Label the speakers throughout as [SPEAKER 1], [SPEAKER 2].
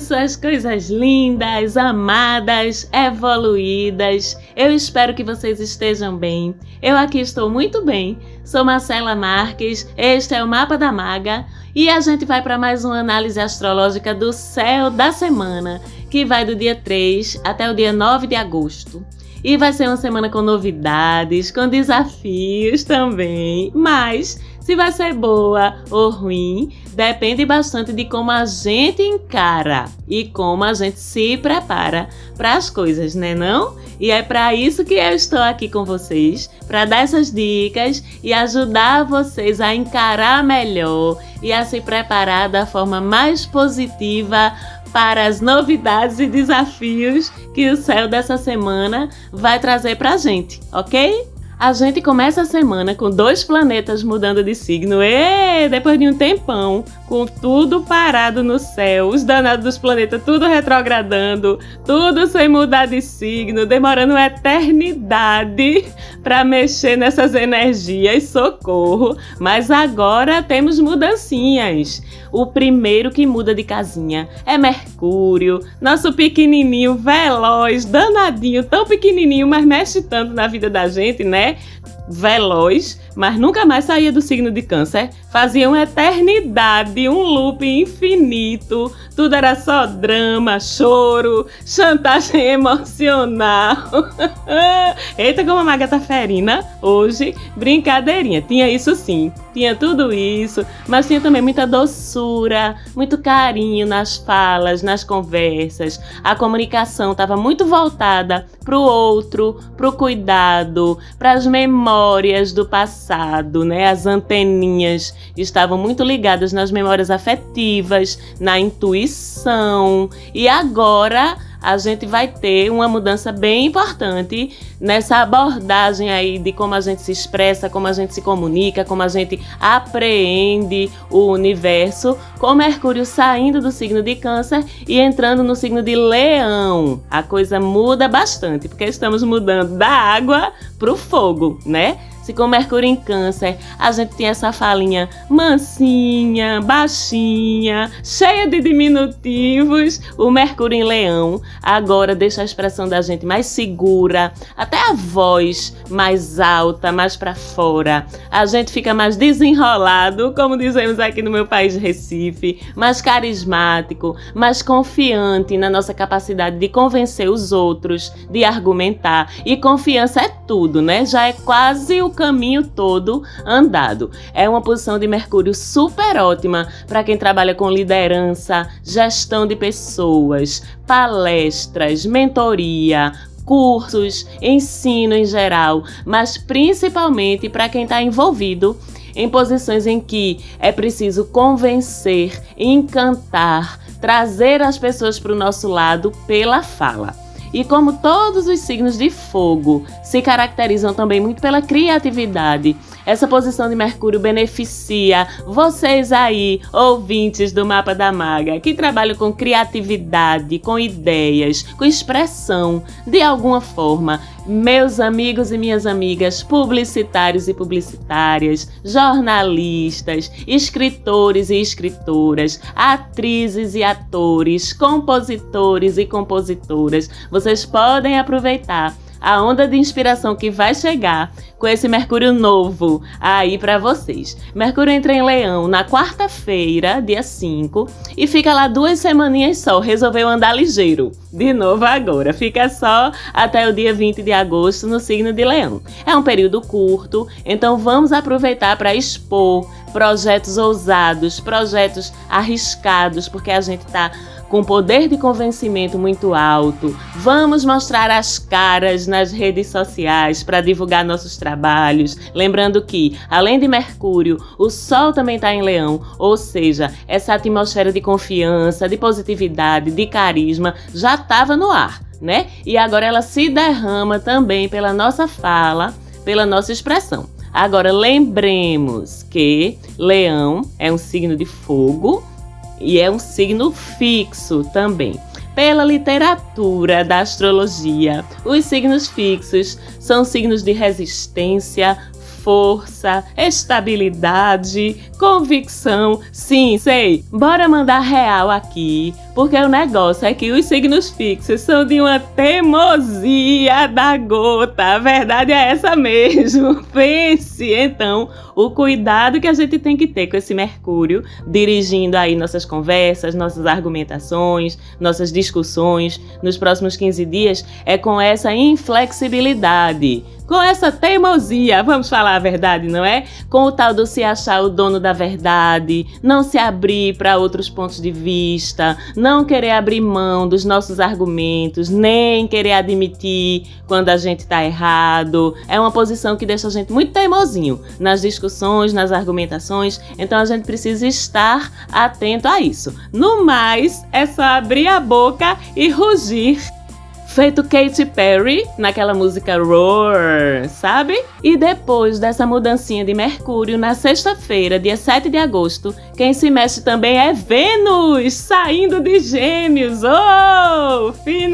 [SPEAKER 1] suas coisas lindas, amadas, evoluídas. Eu espero que vocês estejam bem. Eu aqui estou muito bem. Sou Marcela Marques, este é o Mapa da Maga e a gente vai para mais uma análise astrológica do céu da semana, que vai do dia 3 até o dia 9 de agosto. E vai ser uma semana com novidades, com desafios também, mas se vai ser boa ou ruim, depende bastante de como a gente encara e como a gente se prepara para as coisas, né não? E é para isso que eu estou aqui com vocês, para dar essas dicas e ajudar vocês a encarar melhor e a se preparar da forma mais positiva para as novidades e desafios que o céu dessa semana vai trazer pra gente, ok? A gente começa a semana com 2 planetas mudando de signo, depois de um tempão, com tudo parado no céu, os danados dos planetas tudo retrogradando, tudo sem mudar de signo, demorando uma eternidade para mexer nessas energias, socorro! Mas agora temos mudancinhas. O primeiro que muda de casinha é Mercúrio, nosso pequenininho, veloz, danadinho, tão pequenininho, mas mexe tanto na vida da gente, né? Veloz, mas nunca mais saía do signo de Câncer. Fazia uma eternidade, um loop infinito. Tudo era só drama, choro, chantagem emocional. Eita, como a Maga tá ferina hoje. Brincadeirinha, tinha isso sim. Tinha tudo isso, mas tinha também muita doçura, muito carinho nas falas, nas conversas. A comunicação estava muito voltada pro outro, pro cuidado, para as memórias do passado, né? As anteninhas estavam muito ligadas nas memórias afetivas, na intuição. E agora a gente vai ter uma mudança bem importante nessa abordagem aí de como a gente se expressa, como a gente se comunica, como a gente apreende o universo, com Mercúrio saindo do signo de Câncer e entrando no signo de Leão. A coisa muda bastante, porque estamos mudando da água pro fogo, né? Se com Mercúrio em Câncer a gente tem essa falinha mansinha, baixinha, cheia de diminutivos, o Mercúrio em Leão agora deixa a expressão da gente mais segura, até a voz mais alta, mais para fora. A gente fica mais desenrolado, como dizemos aqui no meu país, Recife, mais carismático, mais confiante na nossa capacidade de convencer os outros, de argumentar. E confiança é tudo, né? Já é quase o caminho todo andado. É uma posição de Mercúrio super ótima para quem trabalha com liderança, gestão de pessoas, palestras, mentoria, cursos, ensino em geral, mas principalmente para quem está envolvido em posições em que é preciso convencer, encantar, trazer as pessoas para o nosso lado pela fala. E como todos os signos de fogo se caracterizam também muito pela criatividade, essa posição de Mercúrio beneficia vocês aí, ouvintes do Mapa da Maga, que trabalham com criatividade, com ideias, com expressão, de alguma forma. Meus amigos e minhas amigas, publicitários e publicitárias, jornalistas, escritores e escritoras, atrizes e atores, compositores e compositoras, vocês podem aproveitar a onda de inspiração que vai chegar com esse Mercúrio novo aí para vocês. Mercúrio entra em Leão na quarta-feira, dia 5, e fica lá 2 semaninhas só. Resolveu andar ligeiro. De novo agora. Fica só até o dia 20 de agosto no signo de Leão. É um período curto, então vamos aproveitar para expor projetos ousados, projetos arriscados, porque a gente está com poder de convencimento muito alto. Vamos mostrar as caras nas redes sociais para divulgar nossos trabalhos. Lembrando que, além de Mercúrio, o Sol também está em Leão, ou seja, essa atmosfera de confiança, de positividade, de carisma já estava no ar, né? E agora ela se derrama também pela nossa fala, pela nossa expressão. Agora, lembremos que Leão é um signo de fogo, e é um signo fixo também. Pela literatura da astrologia, os signos fixos são signos de resistência, força, estabilidade, convicção. Sim, sei. Bora mandar real aqui, porque o negócio é que os signos fixos são de uma teimosia da gota. A verdade é essa mesmo. Pense, então, o cuidado que a gente tem que ter com esse Mercúrio, dirigindo aí nossas conversas, nossas argumentações, nossas discussões nos próximos 15 dias, é com essa inflexibilidade, com essa teimosia, vamos falar a verdade, não é? Com o tal do se achar o dono da verdade, não se abrir para outros pontos de vista, não querer abrir mão dos nossos argumentos, nem querer admitir quando a gente está errado. É uma posição que deixa a gente muito teimosinho nas discussões, nas argumentações, então a gente precisa estar atento a isso. No mais, é só abrir a boca e rugir. Feito Katy Perry, naquela música Roar, sabe? E depois dessa mudancinha de Mercúrio, na sexta-feira, dia 7 de agosto, quem se mexe também é Vênus, saindo de Gêmeos. Oh,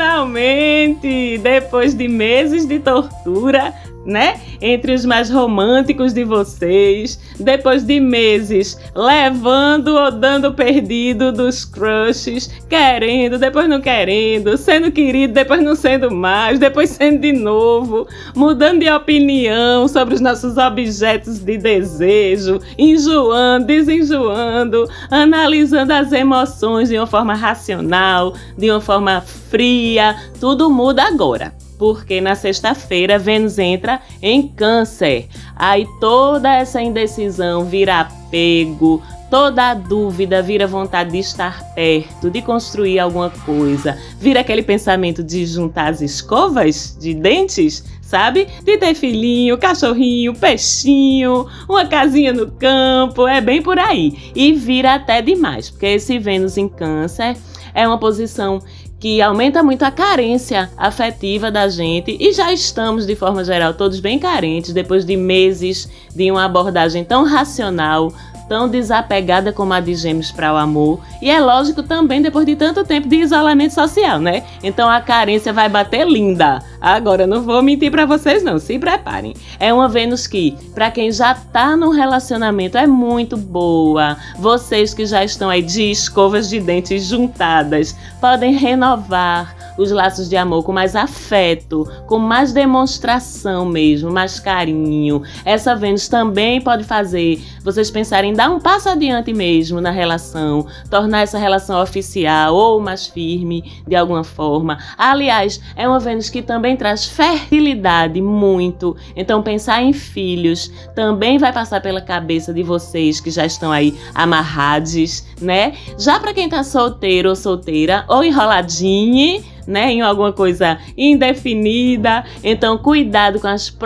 [SPEAKER 1] finalmente! Depois de meses de tortura, né? Entre os mais românticos de vocês, depois de meses levando ou dando perdido dos crushes, querendo, depois não querendo, sendo querido, depois não sendo mais, depois sendo de novo, mudando de opinião sobre os nossos objetos de desejo, enjoando, desenjoando, analisando as emoções de uma forma racional, de uma forma fria. Tudo muda agora, porque na sexta-feira Vênus entra em Câncer. Aí toda essa indecisão vira apego, toda a dúvida vira vontade de estar perto, de construir alguma coisa, vira aquele pensamento de juntar as escovas de dentes, sabe? De ter filhinho, cachorrinho, peixinho, uma casinha no campo, é bem por aí. E vira até demais, porque esse Vênus em Câncer é uma posição que aumenta muito a carência afetiva da gente, e já estamos, de forma geral, todos bem carentes, depois de meses de uma abordagem tão racional, tão desapegada como a de Gêmeos para o amor, e é lógico também depois de tanto tempo de isolamento social, né? Então a carência vai bater linda. Agora, não vou mentir para vocês não, se preparem. É uma Vênus que, para quem já tá num relacionamento, é muito boa. Vocês que já estão aí de escovas de dentes juntadas, podem renovar os laços de amor com mais afeto, com mais demonstração mesmo, mais carinho. Essa Vênus também pode fazer vocês pensarem em dar um passo adiante mesmo na relação, tornar essa relação oficial ou mais firme de alguma forma. Aliás, é uma Vênus que também traz fertilidade muito, então pensar em filhos também vai passar pela cabeça de vocês que já estão aí amarrados, né? Já para quem tá solteiro ou solteira ou enroladinho, né, em alguma coisa indefinida, então cuidado com as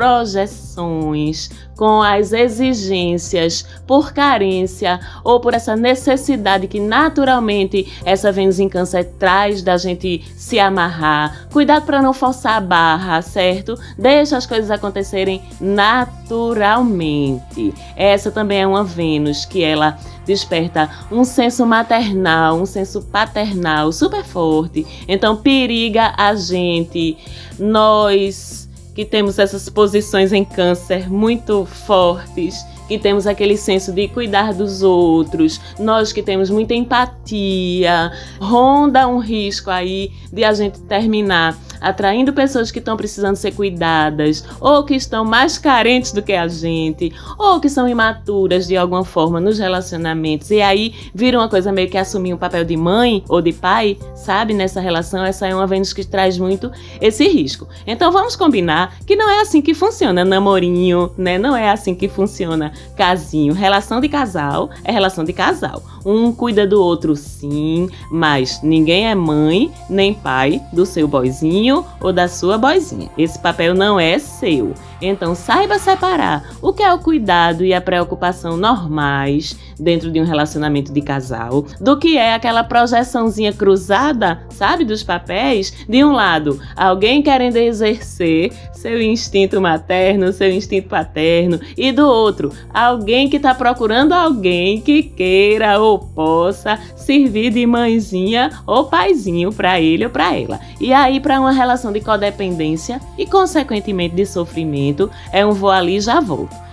[SPEAKER 1] projeções, com as exigências por carência ou por essa necessidade que naturalmente essa Vênus em Câncer traz da gente se amarrar. Cuidado para não forçar a barra, certo? Deixa as coisas acontecerem naturalmente. Essa também é uma Vênus que ela desperta um senso maternal, um senso paternal super forte. Então periga a gente, nós que temos essas posições em Câncer muito fortes, que temos aquele senso de cuidar dos outros, nós que temos muita empatia, ronda um risco aí de a gente terminar atraindo pessoas que estão precisando ser cuidadas, ou que estão mais carentes do que a gente, ou que são imaturas de alguma forma nos relacionamentos, e aí vira uma coisa meio que assumir um papel de mãe ou de pai, sabe, nessa relação. Essa é uma Vênus que traz muito esse risco. Então vamos combinar que não é assim que funciona namorinho, né? Não é assim que funciona casinho. Relação de casal é relação de casal. Um cuida do outro, sim, mas ninguém é mãe nem pai do seu boyzinho ou da sua boizinha. Esse papel não é seu. Então saiba separar o que é o cuidado e a preocupação normais dentro de um relacionamento de casal, do que é aquela projeçãozinha cruzada, sabe, dos papéis. De um lado, alguém querendo exercer seu instinto materno, seu instinto paterno, e do outro, alguém que está procurando alguém que queira ou possa servir de mãezinha ou paizinho para ele ou para ela. E aí, para uma relação de codependência e, consequentemente, de sofrimento, é um vou ali e já volto.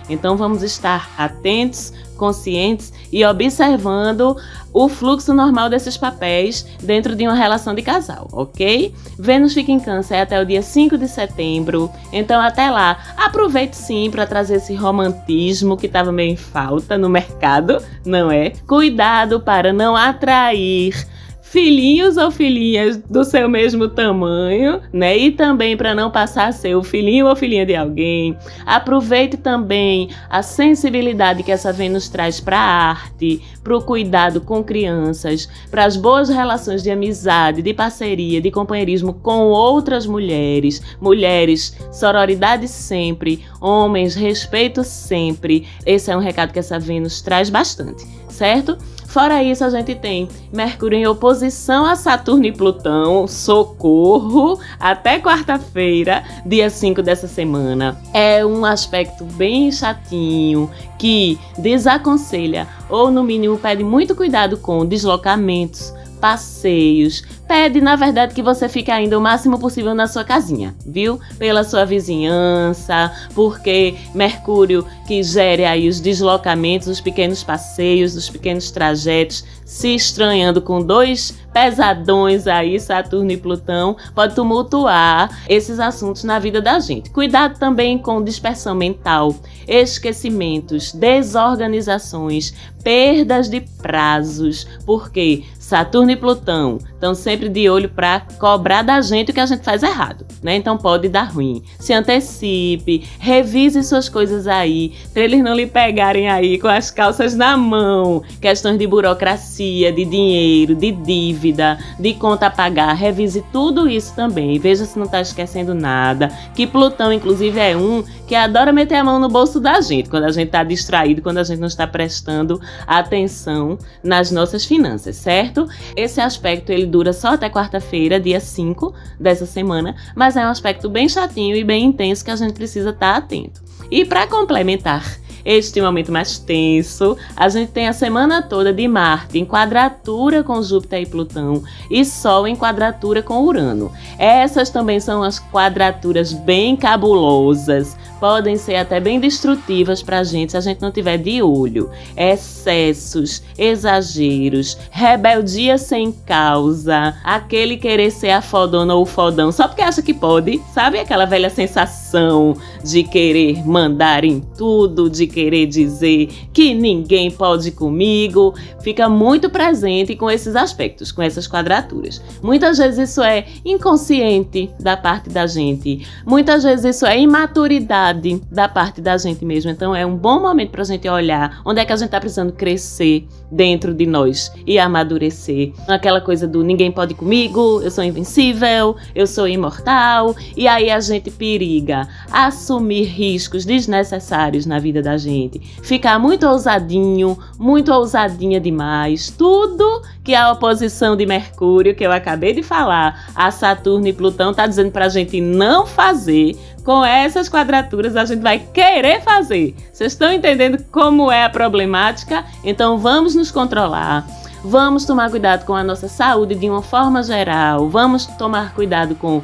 [SPEAKER 1] Então vamos estar atentos, conscientes e observando o fluxo normal desses papéis dentro de uma relação de casal, ok? Vênus fica em Câncer até o dia 5 de setembro, então até lá aproveite sim para trazer esse romantismo que estava meio em falta no mercado, não é? Cuidado para não atrair filhinhos ou filhinhas do seu mesmo tamanho, né? E também para não passar a ser o filhinho ou filhinha de alguém. Aproveite também a sensibilidade que essa Vênus traz para a arte, para o cuidado com crianças, para as boas relações de amizade, de parceria, de companheirismo com outras mulheres. Mulheres, sororidade sempre. Homens, respeito sempre. Esse é um recado que essa Vênus traz bastante, certo? Fora isso, a gente tem Mercúrio em oposição a Saturno e Plutão, socorro, até quarta-feira, dia 5 dessa semana. É um aspecto bem chatinho, que desaconselha, ou no mínimo pede muito cuidado com deslocamentos, passeios. Pede, na verdade, que você fique ainda o máximo possível na sua casinha, viu? Pela sua vizinhança, porque Mercúrio que gere aí os deslocamentos, os pequenos passeios, os pequenos trajetos, se estranhando com dois pesadões aí, Saturno e Plutão, pode tumultuar esses assuntos na vida da gente. Cuidado também com dispersão mental, esquecimentos, desorganizações, perdas de prazos, porque Saturno e Plutão estão sempre de olho para cobrar da gente o que a gente faz errado, né? Então pode dar ruim. Se antecipe, revise suas coisas aí, para eles não lhe pegarem aí com as calças na mão. Questões de burocracia, de dinheiro, de dívida, de conta a pagar. Revise tudo isso também. Veja se não está esquecendo nada. Que Plutão, inclusive, é um que adora meter a mão no bolso da gente quando a gente está distraído, quando a gente não está prestando atenção nas nossas finanças, certo? Esse aspecto ele dura só até quarta-feira, dia 5 dessa semana, mas é um aspecto bem chatinho e bem intenso que a gente precisa estar atento. E para complementar este momento mais tenso, a gente tem a semana toda de Marte em quadratura com Júpiter e Plutão e Sol em quadratura com Urano. Essas também são as quadraturas bem cabulosas, podem ser até bem destrutivas para a gente se a gente não tiver de olho. Excessos, exageros, rebeldia sem causa, aquele querer ser a fodona ou o fodão só porque acha que pode, sabe? Aquela velha sensação de querer mandar em tudo, de querer dizer que ninguém pode comigo, fica muito presente com esses aspectos, com essas quadraturas. Muitas vezes isso é inconsciente da parte da gente, muitas vezes isso é imaturidade da parte da gente mesmo. Então é um bom momento para a gente olhar onde é que a gente está precisando crescer dentro de nós e amadurecer. Aquela coisa do ninguém pode comigo, eu sou invencível, eu sou imortal, e aí a gente periga assumir riscos desnecessários na vida da gente, ficar muito ousadinho, muito ousadinha demais. Tudo que a oposição de Mercúrio, que eu acabei de falar, a Saturno e Plutão tá dizendo pra gente não fazer, com essas quadraturas a gente vai querer fazer. Vocês estão entendendo como é a problemática? Então vamos nos controlar. Vamos tomar cuidado com a nossa saúde de uma forma geral. Vamos tomar cuidado com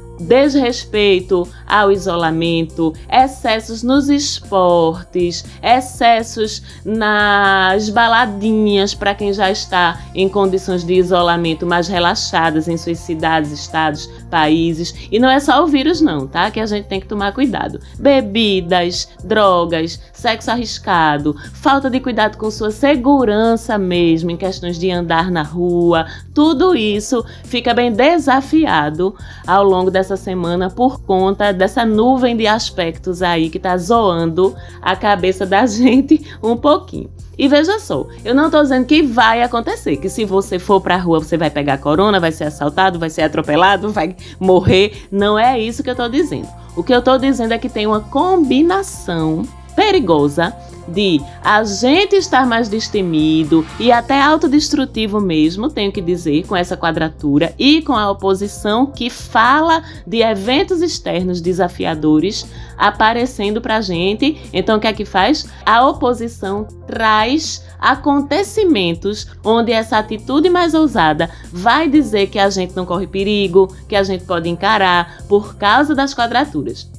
[SPEAKER 1] desrespeito ao isolamento, excessos nos esportes, excessos nas baladinhas para quem já está em condições de isolamento mais relaxadas em suas cidades, estados, países. E não é só o vírus não, tá? Que a gente tem que tomar cuidado. Bebidas, drogas, sexo arriscado, falta de cuidado com sua segurança mesmo, em questões de andar na rua, tudo isso fica bem desafiado ao longo dessa semana por conta dessa nuvem de aspectos aí que tá zoando a cabeça da gente um pouquinho. E veja só, eu não tô dizendo que vai acontecer, que se você for pra rua você vai pegar corona, vai ser assaltado, vai ser atropelado, vai morrer. Não é isso que eu tô dizendo. O que eu tô dizendo é que tem uma combinação perigosa de a gente estar mais destemido e até autodestrutivo mesmo, tenho que dizer, com essa quadratura e com a oposição que fala de eventos externos desafiadores aparecendo pra gente. Então o que é que faz? A oposição traz acontecimentos onde essa atitude mais ousada vai dizer que a gente não corre perigo, que a gente pode encarar por causa das quadraturas.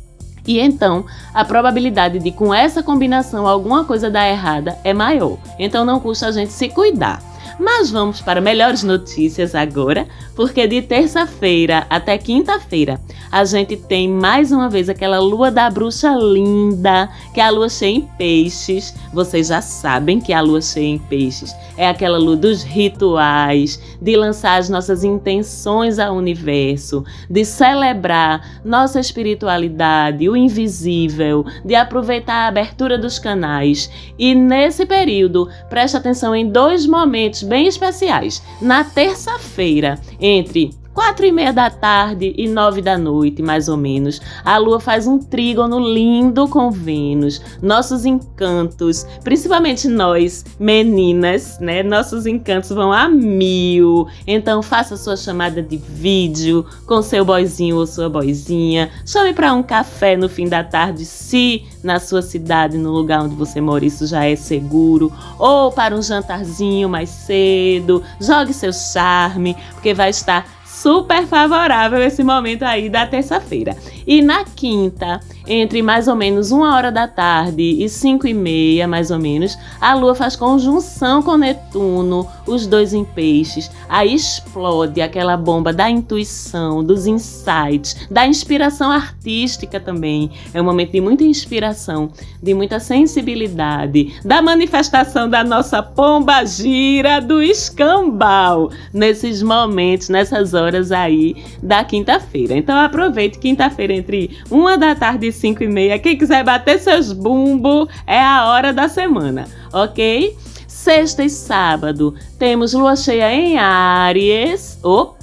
[SPEAKER 1] E então, a probabilidade de com essa combinação alguma coisa dar errada é maior. Então não custa a gente se cuidar. Mas vamos para melhores notícias agora, porque de terça-feira até quinta-feira a gente tem mais uma vez aquela lua da bruxa linda, que é a lua cheia em peixes. Vocês já sabem que a lua cheia em peixes é aquela lua dos rituais, de lançar as nossas intenções ao universo, de celebrar nossa espiritualidade, o invisível, de aproveitar a abertura dos canais. E nesse período, preste atenção em dois momentos bem especiais. Na terça-feira, entre 4:30 da tarde e 9 da noite, mais ou menos, a Lua faz um trígono lindo com Vênus. Nossos encantos, principalmente nós, meninas, né? Nossos encantos vão a 1000. Então faça sua chamada de vídeo com seu boyzinho ou sua boyzinha. Chame para um café no fim da tarde, se na sua cidade, no lugar onde você mora, isso já é seguro. Ou para um jantarzinho mais cedo. Jogue seu charme, porque vai estar super favorável esse momento aí da terça-feira. E na quinta, entre mais ou menos 1h da tarde e 5:30, mais ou menos, a Lua faz conjunção com Netuno, os dois em peixes. Aí explode aquela bomba da intuição, dos insights, da inspiração artística também. É um momento de muita inspiração, de muita sensibilidade, da manifestação da nossa pomba gira do escambau, nesses momentos, nessas horas aí da quinta-feira. Então aproveite quinta-feira entre 1 da tarde e 5:30. Quem quiser bater seus bumbos, é a hora da semana, ok? Sexta e sábado, temos lua cheia em Áries.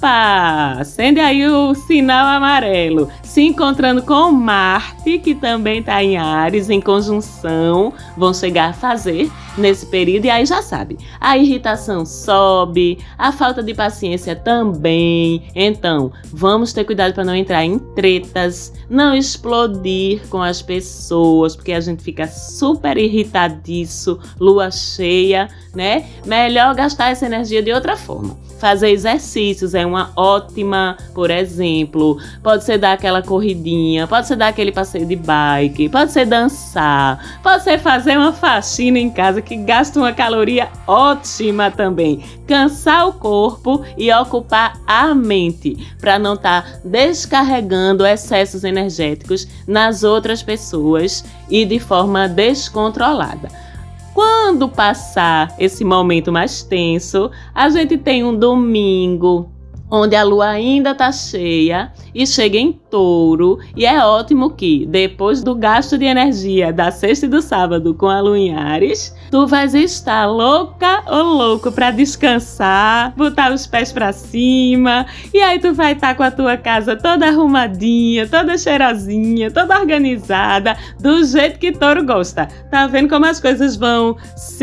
[SPEAKER 1] Opa! Acende aí o sinal amarelo. Se encontrando com Marte, que também está em Áries, em conjunção, vão chegar a fazer nesse período. E aí já sabe, a irritação sobe, a falta de paciência também. Então, vamos ter cuidado para não entrar em tretas, não explodir com as pessoas, porque a gente fica super irritadiço, lua cheia, né? Melhor gastar essa energia de outra forma. Fazer exercícios é uma ótima, por exemplo, pode ser dar aquela corridinha, pode ser dar aquele passeio de bike, pode ser dançar, pode ser fazer uma faxina em casa que gasta uma caloria ótima também. Cansar o corpo e ocupar a mente para não estar descarregando excessos energéticos nas outras pessoas e de forma descontrolada. Quando passar esse momento mais tenso, a gente tem um domingo onde a lua ainda está cheia e chega em Touro, e é ótimo que depois do gasto de energia da sexta e do sábado com a lua em Áries, tu vais estar louca ou louco para descansar, botar os pés para cima, e aí tu vai estar com a tua casa toda arrumadinha, toda cheirosinha, toda organizada, do jeito que Touro gosta. Tá vendo como as coisas vão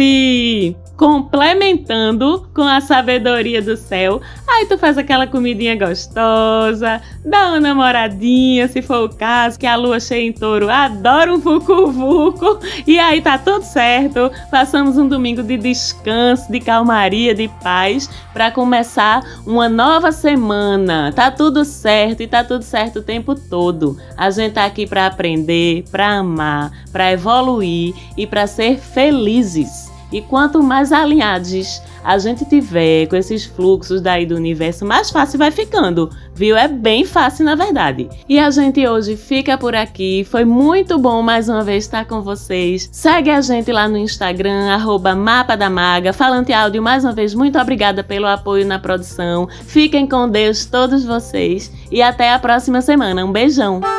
[SPEAKER 1] se complementando com a sabedoria do céu? Aí tu faz aquela comidinha gostosa, dá uma namoradinha, se for o caso, que a lua cheia em Touro adora um vucu-vucu, e aí tá tudo certo. Passamos um domingo de descanso, de calmaria, de paz, para começar uma nova semana. Tá tudo certo, e tá tudo certo o tempo todo. A gente tá aqui para aprender, para amar, para evoluir e para ser felizes. E quanto mais alinhados a gente tiver com esses fluxos daí do universo, mais fácil vai ficando, viu? É bem fácil, na verdade. E a gente hoje fica por aqui. Foi muito bom mais uma vez estar com vocês. Segue a gente lá no Instagram, @mapadamaga. Falante Áudio, mais uma vez, muito obrigada pelo apoio na produção. Fiquem com Deus todos vocês e até a próxima semana. Um beijão!